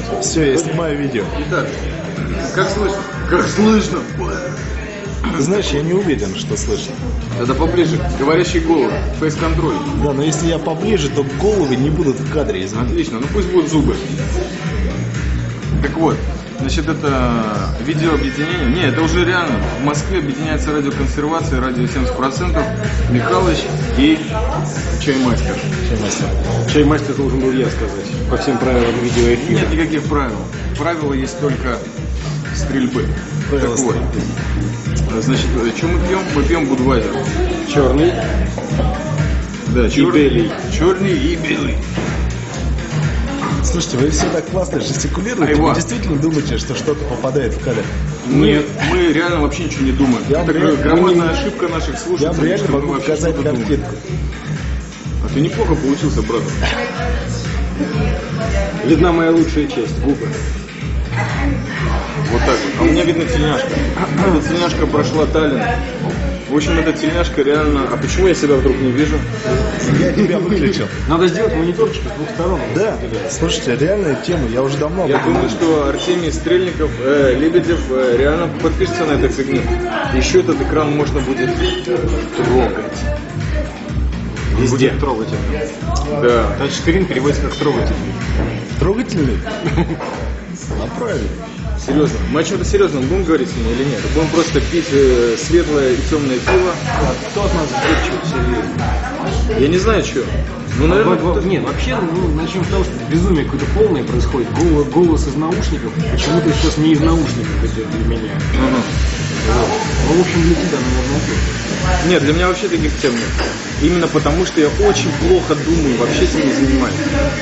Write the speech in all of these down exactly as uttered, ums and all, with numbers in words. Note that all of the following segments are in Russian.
Все, я снимаю видео. Итак, как слышно? Как слышно? Ты знаешь, я не уверен, что слышно. Тогда поближе. Говорящий голос. Фейс-контроль. Да, но если я поближе, то головы не будут в кадре, извини. Отлично, ну пусть будут зубы. Так вот, значит, это видеообъединение. Не, это уже реально. В Москве объединяется радиоконсервация, радио семьдесят процентов, Михалыч и Чаймастер. Чаймастер. Чаймастер должен был я сказать. По всем правилам видеоэфира. Нет никаких правил. Правила есть только стрельбы. Правила Так вот. стрельбы. Значит, что мы пьем? Мы пьем Будвайзер. Черный. Да, черный, белый. Черный и белый. Слушайте, вы все так классно жестикулируете. Айва. Вы действительно думаете, что что-то попадает в кадр? Нет, мы реально вообще ничего не думаем. Я Это реально- громадная ошибка наших Я слушателей. реально что мы могу вообще показать что-то думаем. картинку. А ты неплохо получился, брат. Видна моя лучшая часть. Губы. Вот так вот. А у меня видно тельняшка. Эта тельняшка прошла Таллин. В общем, эта тельняшка реально... А почему я себя вдруг не вижу? Я тебя выключил. Надо сделать мониторчик с двух сторон. Да, слушайте, реальная тема, я уже давно... Я думаю, что Артемий Стрельников, э, Лебедев э, реально подпишется на эту фигню. Еще этот экран можно будет трогать. Везде. Будет трогательно. Да. Тачскрин переводится как трогательный. Трогательный? А правильно. Серьезно. Мы о чем-то серьезном будем говорить с ним или нет? Будем просто пить э, светлое и темное пиво. Кто от нас будет что-то серьезное? Я не знаю, что. Ну, наверное, Во- во- Нет, вообще, ну, начнем с того, что безумие какое-то полное происходит. Голос, голос из наушников почему-то сейчас не из наушников идет для меня. Ага. Ну, в общем, для тебя, наверное, тоже. Нет, для меня вообще таких тем нет. Именно потому, что я очень плохо думаю, вообще этим не занимаюсь.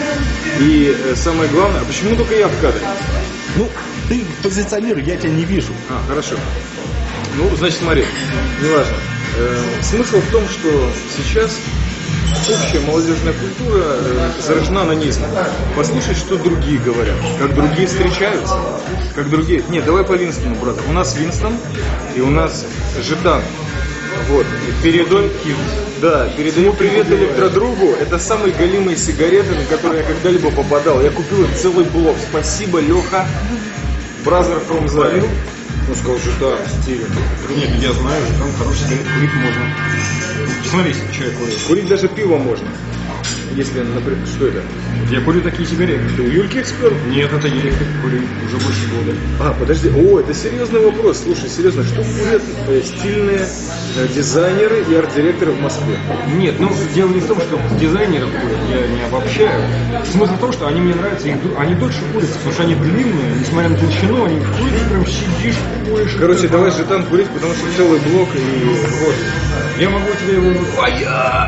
И э, самое главное, а почему только я в кадре? Ну, ты позиционируй, я тебя не вижу. А, хорошо. Ну, значит, смотри, неважно. Э, смысл в том, что сейчас общая молодежная культура э, заражена анонизмом. Послушай, что другие говорят, как другие встречаются, как другие... Нет, давай по Винстону, брат. У нас Винстон и у нас Житан. Вот. Передой... Да, передаю привет электродругу. Это самые голимые сигареты, на которые я когда-либо попадал. Я купил их целый блок. Спасибо, Леха. Бразер from the... Он сказал, что да, Стивен. Нет, я знаю, что там хороший сигарет курить можно. Посмотри, что я курю. Курить даже пиво можно. Если, например, что это? Я курю такие сигареты. Ты у Юльки эксперт? Нет, это я их курю уже больше года. А, подожди. О, это серьезный вопрос. Слушай, серьезно, что курят э, стильные э, дизайнеры и арт-директоры в Москве? Нет, ну дело не в том, что дизайнеров курят, я не обобщаю. Смысл в том, что они мне нравятся, их, они дольше курятся, потому что они длинные, несмотря на толщину, они курят, прям сидишь, куришь. Короче, давай Житан курить, потому что целый блок и вот. Я могу тебе его... Твоя!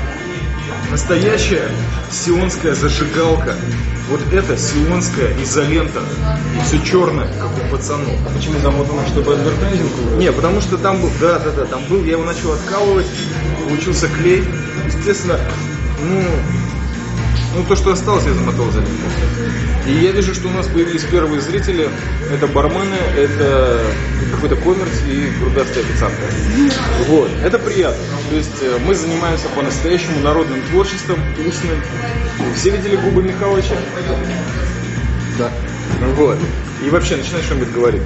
Настоящая сионская зажигалка. Вот это сионская изолента. И все черное, как у пацанов. Почему замотано, чтобы адвертайзинг был? Не, потому что там был, да, да, да, там был, я его начал откалывать, получился клей. Естественно, ну, ну то, что осталось, я замотал за ним. И я вижу, что у нас появились первые зрители. Это бармены, это какой-то коммерс и грудастая официантка. Вот, это приятно. То есть мы занимаемся по-настоящему народным творчеством, устным. Все видели губы Михалыча? Да. Вот. И вообще, начинай что-нибудь говорить.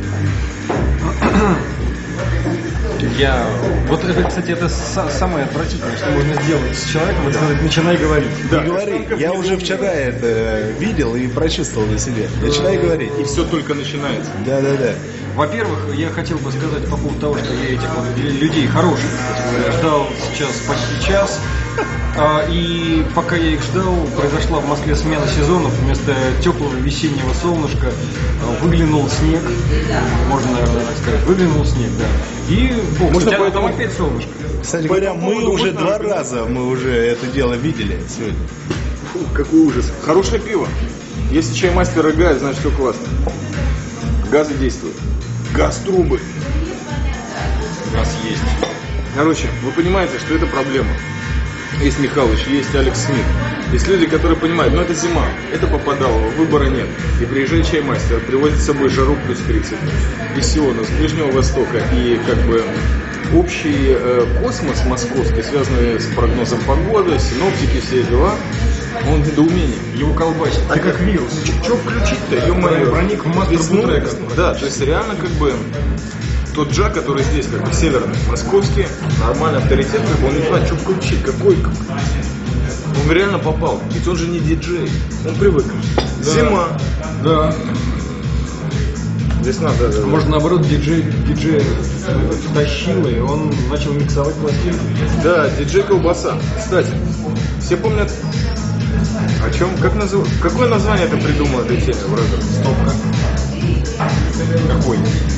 Я... Вот это, кстати, это са- самое отвратительное, что можно сделать с человеком, это сказать, начинай говорить. Да. Не говори, я уже вчера это видел и прочувствовал на себе. Начинай говорить. И все только начинается. Да-да-да. Во-первых, я хотел бы сказать по поводу того, что я этих вот людей хороших, кстати говоря, ждал сейчас почти час. А, и пока я их ждал, произошла в Москве смена сезонов. Вместо теплого весеннего солнышка а, выглянул снег. Можно, наверное, так сказать. Выглянул снег, да. И бог, Можно хотя поэтому- там опять солнышко. Кстати говоря, мы уже два раза мы уже это дело видели сегодня. Фу, какой ужас. Хорошее пиво. Если чаймастер играет, значит все классно. Газы действуют. Газ-трубы. У нас есть. Короче, вы понимаете, что это проблема. Есть Михалыч, есть Алекс Смит. Есть люди, которые понимают, ну это зима, это попадало, выбора нет. И приезжает чаймастер, привозит с собой жару плюс тридцать. Из Сиона, с Ближнего Востока. И как бы общий э, космос московский, связанный с прогнозом погоды, синоптики, все дела. Он в недоумении. Его колбасит. Ты как вирус. Что включить-то, ё-моё? Проник в мастер Весну- трека. Да, то есть реально как бы тот Джак, который здесь как бы северный, московский, нормальный авторитет, как бы он не знает, что включить, какой. Он реально попал. Ведь он же не диджей. Он привык. Да. Зима. Да. Весна, да, да, да. Может, наоборот, диджей, диджей втащил, и он начал миксовать пластинки. Да, диджей Колбаса. Кстати, все помнят, о чем, как назов... какое название ты придумал этой теме, бразер? Стопка. Какой?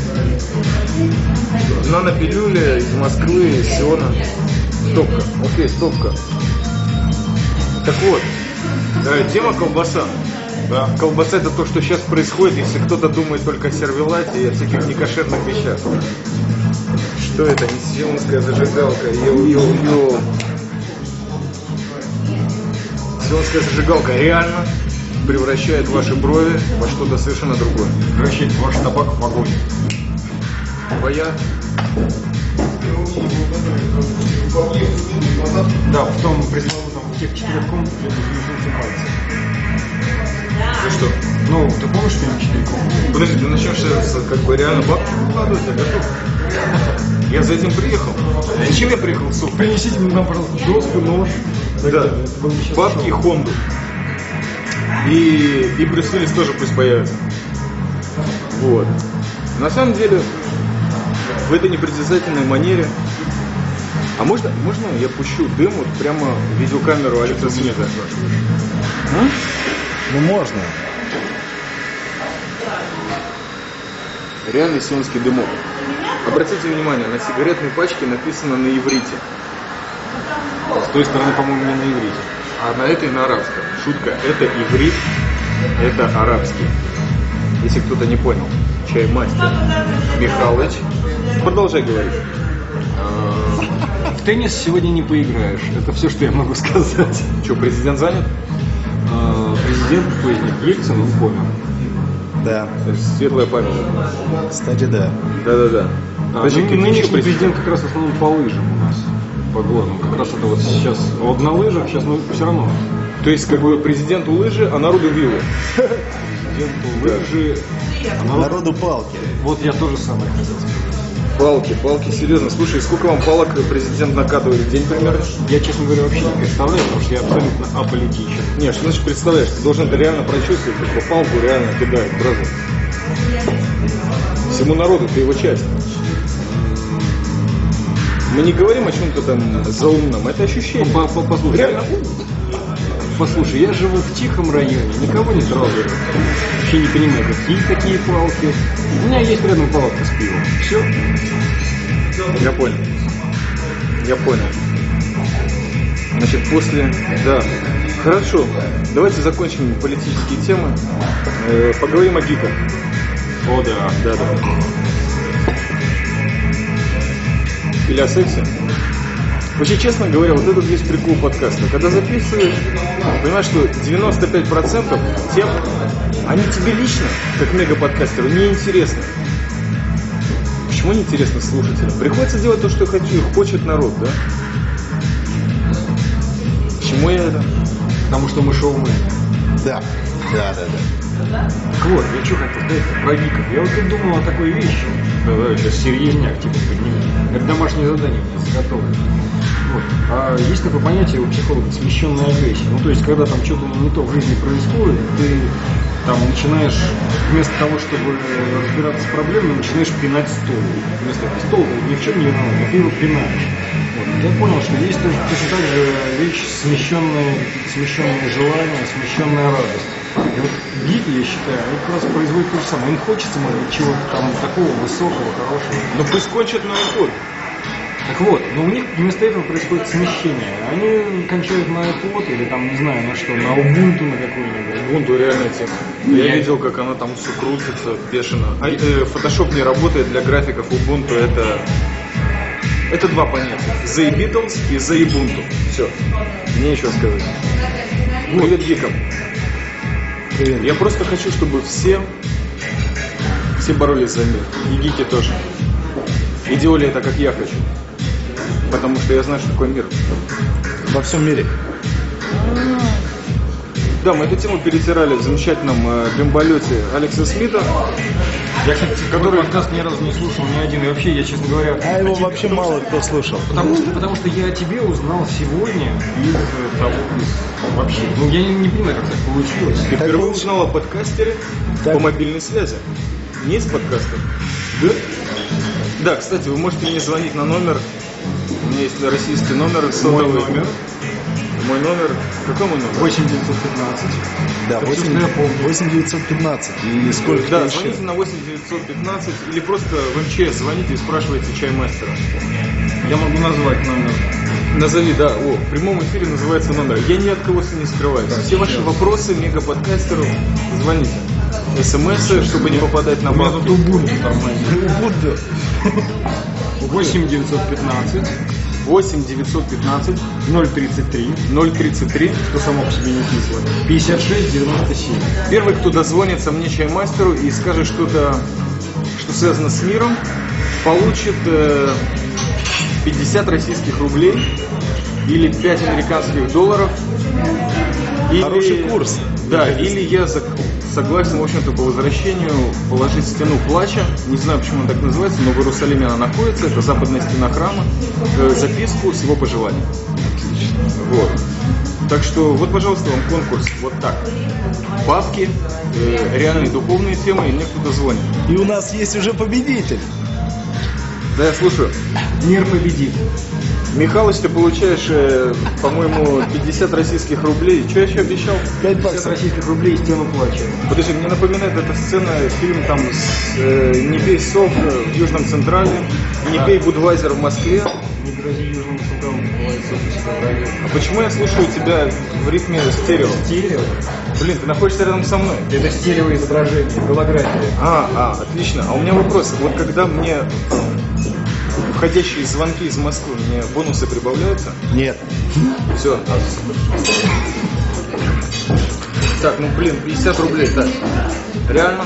Нано-пилюля из Москвы, из Сиона. Стопка. Окей, стопка. Так вот, э, тема колбаса. Да. Колбаса — это то, что сейчас происходит, если кто-то думает только о сервелате и о всяких некошерных вещах. Что это? Не сионская зажигалка. Йоу-йоу-йоу. Сионская зажигалка реально превращает ваши брови во что-то совершенно другое. Превращает ваш табак в огонь. Твоя. Да, в том пресловутом, в тех четырех комнатах, где размешался пальцы. Ты что? Ну, ты помнишь фильм «Четыре комнаты»? Подожди, ты начнешь сейчас как бы реально бабки выкладывать, я готов. Я за этим приехал. Зачем я приехал в Суп? Принесите мне нам, пожалуйста, доску, нож. Да, бабки и Хонду. И, и Брюс Уиллис тоже пусть появится. Вот. На самом деле, в этой непритязательной манере. А можно, можно я пущу дым вот прямо в видеокамеру Алекса Смита? А? Ну можно. Реальный сионский дымок. Обратите внимание, на сигаретной пачке написано на иврите. С той стороны, по-моему, не на иврите. А на этой на арабском. Шутка, это иврит, это арабский. Если кто-то не понял. Чаймастер Михалыч. Продолжай говорить. В теннис сегодня не поиграешь. Это все, что я могу сказать. Что, президент занят? А, Президент Поздник Ельцин, он помер. Да. То есть светлая память. Кстати, да. Да-да-да. А, Подожди, ну, какие нынешний еще президент? президент как раз в основном по лыжам у нас. По главным. Как раз это вот сейчас. Вот на лыжах сейчас, ну, все равно. То есть, как бы президенту лыжи, а народу виллы. Президенту лыжи. а народ- Народу палки. Вот я тоже самое хотел сказать. Палки, палки, серьезно. Слушай, сколько вам палок президент накатывает в день примерно? Я, честно говоря, вообще не представляю, потому что я абсолютно аполитичен. Не, что значит представляешь? Ты должен это реально прочувствовать, как палку реально кидает, бразер. Всему народу, ты его часть. Мы не говорим о чем-то там заумном, это ощущение. По- по- Послушай, Реально. послушай, я живу в тихом районе, никого не трогаю. Вообще не понимаю, какие такие палки. У меня есть рядом палатка с пивом. Все. Я понял. Я понял. Значит, после... Да. Хорошо. Давайте закончим политические темы. Э, поговорим о гиках. О, да. Да, да. Или о сексе. Вообще, честно говоря, вот этот весь прикол подкаста. Когда записываешь, понимаешь, что девяносто пять процентов тем, они тебе лично, как мега-подкастеру, не интересны. Почему не интересно слушателям? Приходится делать то, что хочу, хочет народ, да? Почему я это? Потому что мы шоумены. Да. Да, да, да. Так вот, я что хотел сказать про гиков. Я вот тут думал о такой вещи. Давай сейчас серьезняк типа поднимем. Это домашнее задание у меня заготовлено. Вот. А есть такое понятие у психологов смещенная агрессия. Ну, то есть, когда там что-то не то в жизни происходит, ты там начинаешь, вместо того, чтобы разбираться с проблемой, начинаешь пинать стол. Вместо этого стол ни в чем не виноват, а ты его пинаешь. Вот. Я понял, что есть тоже точно так же вещь смещенные, смещенные желания, смещенная радость. И вот гики, я считаю, они как раз производят то же самое. Им хочется, может быть, чего-то там такого высокого, хорошего. Ну пусть кончат на iPod. Так вот, но у них вместо этого происходит смещение. Они кончают на iPod или там, не знаю, на что, на Ubuntu на какой-нибудь. Ubuntu реальная тема. Я, я видел, как она там все крутится бешено. А, э, Photoshop не работает для графиков Ubuntu, это... Это два понятия. The Beatles и The Ubuntu. Все. Мне нечего сказать. Привет гикам. Привет. Я просто хочу, чтобы все, все боролись за мир. И гики тоже. И делали это, как я хочу. Потому что я знаю, что такое мир. Во всем мире. Да, мы эту тему перетирали в замечательном э, дремболете Алекса Смита. Я, кстати, который подкаст ни разу не слушал, ни один. И вообще, я, честно говоря... А его тебе, вообще мало кто слушал. Потому что, потому что я о тебе узнал сегодня из э, того, из, вообще. Ну, я не, не понимаю, как так получилось. Ты Так впервые получ- узнал о подкастере Так. по мобильной связи. Не из подкаста. Да? Да, кстати, вы можете мне звонить на номер. У меня есть российский номер сотовый. Мой номер. Мой номер. Какой мой номер? восемь девятьсот пятнадцать. Да, Так что я помню. восемь девятьсот пятнадцать. И сколько Да, еще? звоните на восемь девятьсот пятнадцать или просто в эм че эс звоните и спрашивайте чаймастера. Я могу назвать номер. Назови, да. О, в прямом эфире называется номер. Я ни от кого не скрываюсь. Да, Все ваши сейчас. вопросы мегаподкастеру звоните. СМС, чтобы не попадать на У меня тут бабки. Ubuntu тормозит. Убунту. восемь девятьсот пятнадцать восемь девятьсот пятнадцать ноль тридцать три, ноль тридцать три. что само по себе не кисло, пятьдесят шесть девяносто семь. Первый, кто дозвонится мне, чаймастеру, и скажет что-то, что связано с миром, получит э, пятьдесят российских рублей или пять американских долларов. Или, Хороший курс. Да, или я за- согласен, в общем-то, по возвращению положить стену плача. Не знаю, почему она так называется, но в Иерусалиме она находится. Это западная стена храма. Э, записку с его пожеланием. Вот. Так что вот, пожалуйста, вам конкурс. Вот так. Бабки, э, реальные духовные темы, и мне кто-то звонит. И у нас есть уже победитель. Да, я слушаю. Мир победит. Михалыч, ты получаешь, э, по-моему, пятьдесят российских рублей. Что я еще обещал? пять пятьдесят баксов. российских рублей и стену плача. Подожди, мне напоминает эта сцена, фильм там с э, «Не пей сок» в Южном Централе, «Не пей Будвайзер» в Москве. Не грози Южному Централу, называется это А почему я слушаю тебя в ритме стерео? стерео. Блин, ты находишься рядом со мной. Это стереоизображение, голография. А, а, отлично. А у меня вопрос. Вот когда мне входящие звонки из Москвы, мне бонусы прибавляются? Нет. Все. Так, ну блин, пятьдесят рублей, так. Реально?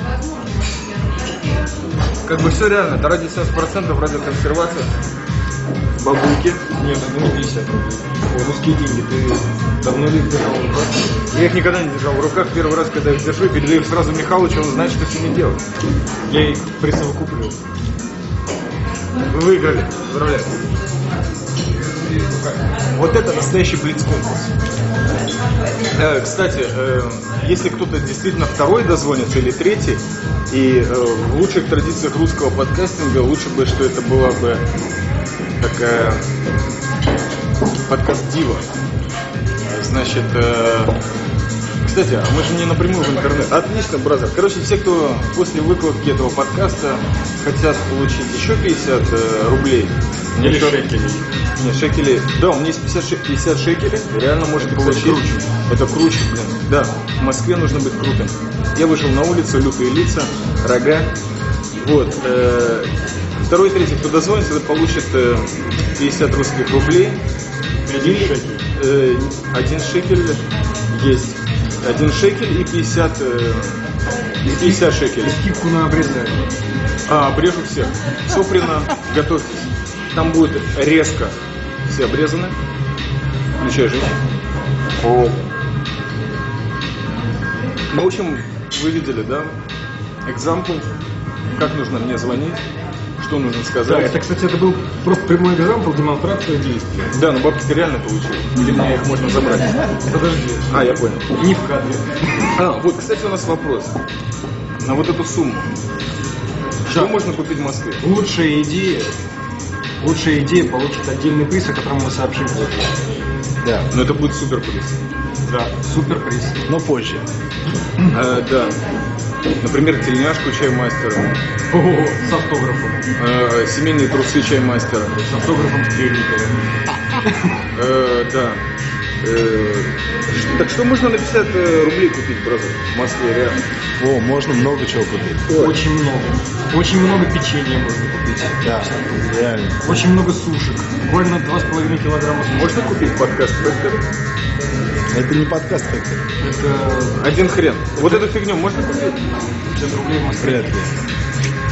Как бы все реально. Это ради семьдесят процентов радиоконсервация. Бабульки. Нет, это не пятьдесят рублей. О, русские деньги, ты давно ли их держал в руках? Я их никогда не держал в руках. Первый раз, когда я их держу, передаю их сразу Михалычу, он знает, что с ними делать. Я их присовокуплю. Вы выиграли. Поздравляю. Вот это настоящий блиц-конкурс. Э, кстати, э, если кто-то действительно второй дозвонится или третий, и э, в лучших традициях русского подкастинга лучше бы, что это была бы такая подкаст-дива. Значит, э, кстати, а мы же не напрямую в интернет. Отлично, бразер. Короче, все, кто после выкладки этого подкаста хотят получить еще пятьдесят э, рублей. Или еще- шекелей. Нет, шекели. Да, у меня есть пятьдесят, ше- пятьдесят шекелей. Реально может Это, получить. кстати, круче. Это круче, блин. Да, в Москве нужно быть крутым. Я вышел на улицу, лютые лица, рога. Вот. э, Второй и третий, кто дозвонится, это получит э, пятьдесят русских рублей. Один И, шекель. э, один шекель есть. Один шекель и пятьдесят, э, и пятьдесят шекелей. И скидку на обрезание. А, обрежу всех. Соприна, готовьтесь. Там будет резко все обрезаны. Включай жизнь. О. Ну, в общем, вы видели, да? Экзампл. Как нужно мне звонить? Что нужно Да, сказать? это, кстати, это был просто прямой экзампл, демонстрация действия. Да, но бабки ты реально получил. Или мне их можно забрать? Подожди. А, я понял. Не в кадре. А, вот, кстати, у нас вопрос. На вот эту сумму. Что Да. можно купить в Москве? Лучшая идея. Лучшая идея получит отдельный приз, о котором мы сообщим позже. Да. Ну, это будет суперприз. Да, суперприз. Но позже. Э, да. Например, тельняшку чаймастера, О, с автографом. э, семейные трусы чаймастера. С автографом Стрельникова. Э, да. Э, ш- так что можно на пятьдесят э, рублей купить, бразер, в Москве, реально? О, можно много чего купить. Очень много. Очень много печенья можно купить. Да, реально. Очень много сушек. Буквально два с половиной килограмма сушек. Можно купить подкаст Фэктор? Это не подкаст Фэктор. Это Один хрен. Вот эту фигню можно купить? пятьдесят рублей в Москве. Вряд ли.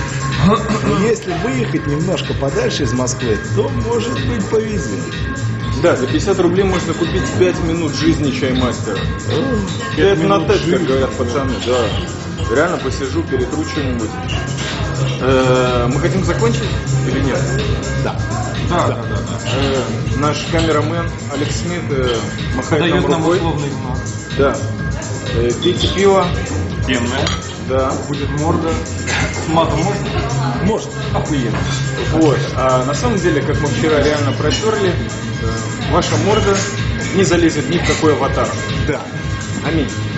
Но если выехать немножко подальше из Москвы, то, может быть, повезет. Да, за пятьдесят рублей можно купить пять минут жизни чаймастера. пять на тет, как говорят пацаны, да. Реально посижу, перетру что-нибудь. Э, Мы хотим закончить или нет? Да. Да, да, да, да. Э, Наш камерамен Алекс Смит э, махает нам Дает нам рукой. условный знак. Да. Э, Пейте пиво. Пенная. Да. Будет морда. С матом можно? Можно. Охуенно. Вот. А на самом деле, как мы вчера реально протерли, э, ваша морда не залезет ни в какой аватар. Да. Аминь.